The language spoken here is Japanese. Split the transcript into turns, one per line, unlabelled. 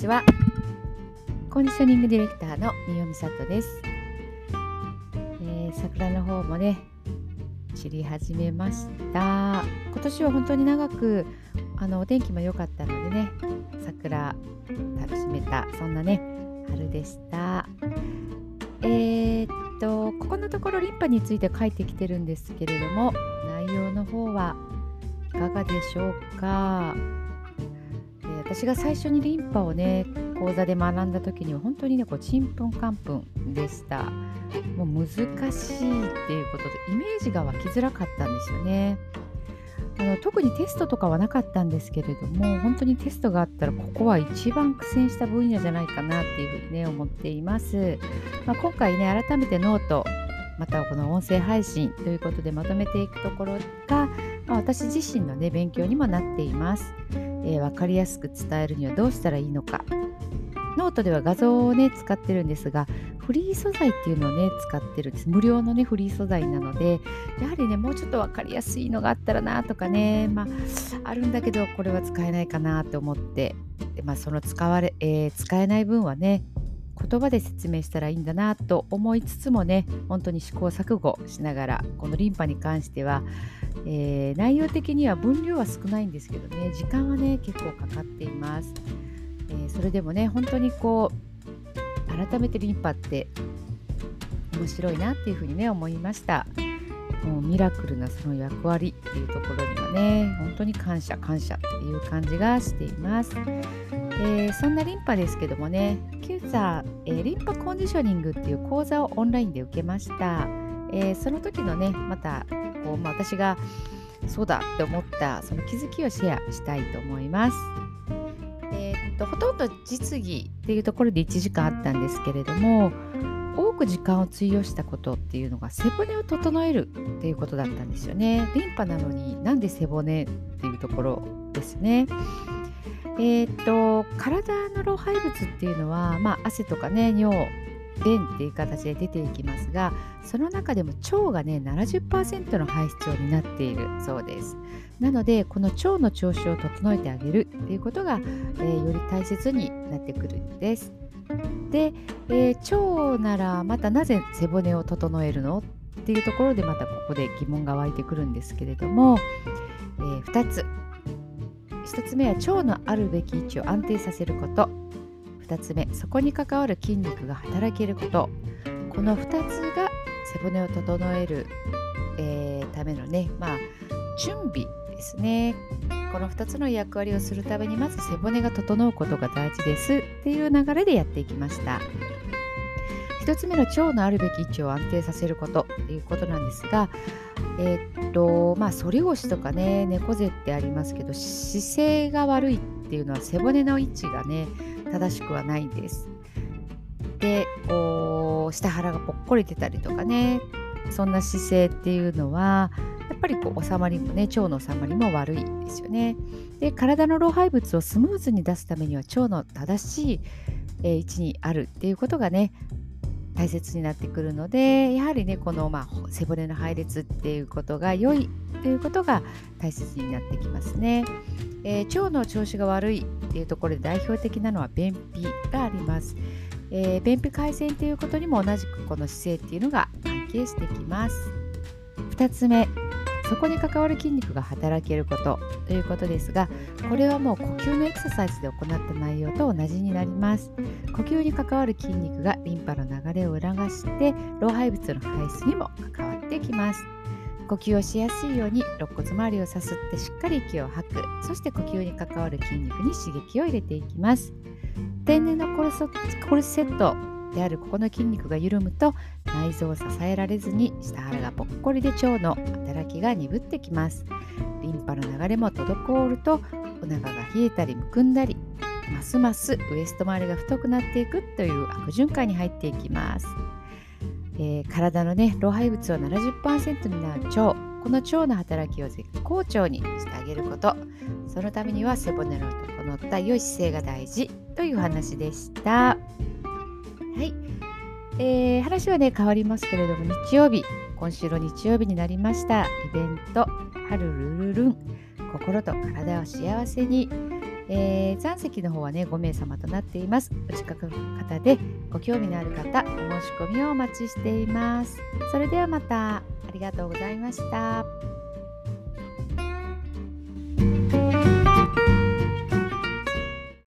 ちは。コンディショニングディレクターの三代美里です。桜の方もね散り始めました。今年は本当に長くお天気も良かったのでね、桜楽しめたそんなね春でした。ここのところリンパについて書いてきてるんですけれども、内容の方はいかがでしょうか。私が最初にリンパをね講座で学んだ時には本当にねちんぷんかんぷんでした。もう難しいっていうことでイメージが湧きづらかったんですよね。特にテストとかはなかったんですけれども、本当にテストがあったらここは一番苦戦した分野じゃないかなっていうふうにね思っています。今回ね改めてノートまたはこの音声配信ということでまとめていくところが、私自身のね勉強にもなっています。分かりやすく伝えるにはどうしたらいいのか。ノートでは画像をね使ってるんですが、フリー素材っていうのをね使ってるんです。無料のねフリー素材なので、やはりねもうちょっと分かりやすいのがあったらなとかね、あるんだけどこれは使えないかなと思って、でその使えない分はね言葉で説明したらいいんだなと思いつつもね、本当に試行錯誤しながら、このリンパに関しては、内容的には分量は少ないんですけどね、時間はね結構かかっています。それでもね本当に改めてリンパって面白いなっていうふうにね思いました。もうミラクルなその役割っていうところにはね本当に感謝っていう感じがしています。そんなリンパですけどもね、今朝、リンパコンディショニングっていう講座をオンラインで受けました。その時のねまた私がそうだって思ったその気づきをシェアしたいと思います。ほとんど実技っていうところで1時間あったんですけれども、多く時間を費やしたことっていうのが背骨を整えるっていうことだったんですよね。リンパなのになんで背骨っていうところですね。体の老廃物っていうのは、汗とかね尿便っていう形で出ていきますが、その中でも腸がね 70% の排出量になっているそうです。なのでこの腸の調子を整えてあげるっていうことが、より大切になってくるんです。で、腸ならまたなぜ背骨を整えるのっていうところでまたここで疑問が湧いてくるんですけれども、2つ。1つ目は腸のあるべき位置を安定させること。2つ目、そこに関わる筋肉が働けること。この2つが背骨を整える、ためのね、準備ですね。この2つの役割をするためにまず背骨が整うことが大事ですっていう流れでやっていきました。1つ目の腸のあるべき位置を安定させることっていうことなんですが、反り腰とかね猫背ってありますけど、姿勢が悪いっていうのは背骨の位置がね正しくはないんです。で下腹がぽっこり出たりとかね、そんな姿勢っていうのはやっぱり収まりもね腸の収まりも悪いですよね。で体の老廃物をスムーズに出すためには腸の正しい、位置にあるっていうことがね大切になってくるので、やはりねこの、背骨の配列っていうことが良いということが大切になってきますね。腸の調子が悪いっていうところで代表的なのは便秘があります。便秘改善ということにも同じくこの姿勢っていうのが関係してきます。2つ目、そこに関わる筋肉が働けることということですが、これはもう呼吸のエクササイズで行った内容と同じになります。呼吸に関わる筋肉がリンパの流れを促して老廃物の排出にも関わってきます。呼吸をしやすいように肋骨周りをさすってしっかり息を吐く。そして呼吸に関わる筋肉に刺激を入れていきます。天然のコルセットであるここの筋肉が緩むと内臓を支えられずに下腹がぽっこりで腸の働きが鈍ってきます。リンパの流れも滞るとお腹が冷えたりむくんだり、ますますウエスト周りが太くなっていくという悪循環に入っていきます。体のね老廃物を 70% になる腸、この腸の働きを絶好調にしてあげること、そのためには背骨の整った良い姿勢が大事という話でした。はい、話はね変わりますけれども、日曜日、今週の日曜日になりました。イベント春ルルルン、心と体を幸せに、 残席の方はね5名様となっています。お近くの方でご興味のある方、お申し込みをお待ちしています。それではまた。ありがとうございました。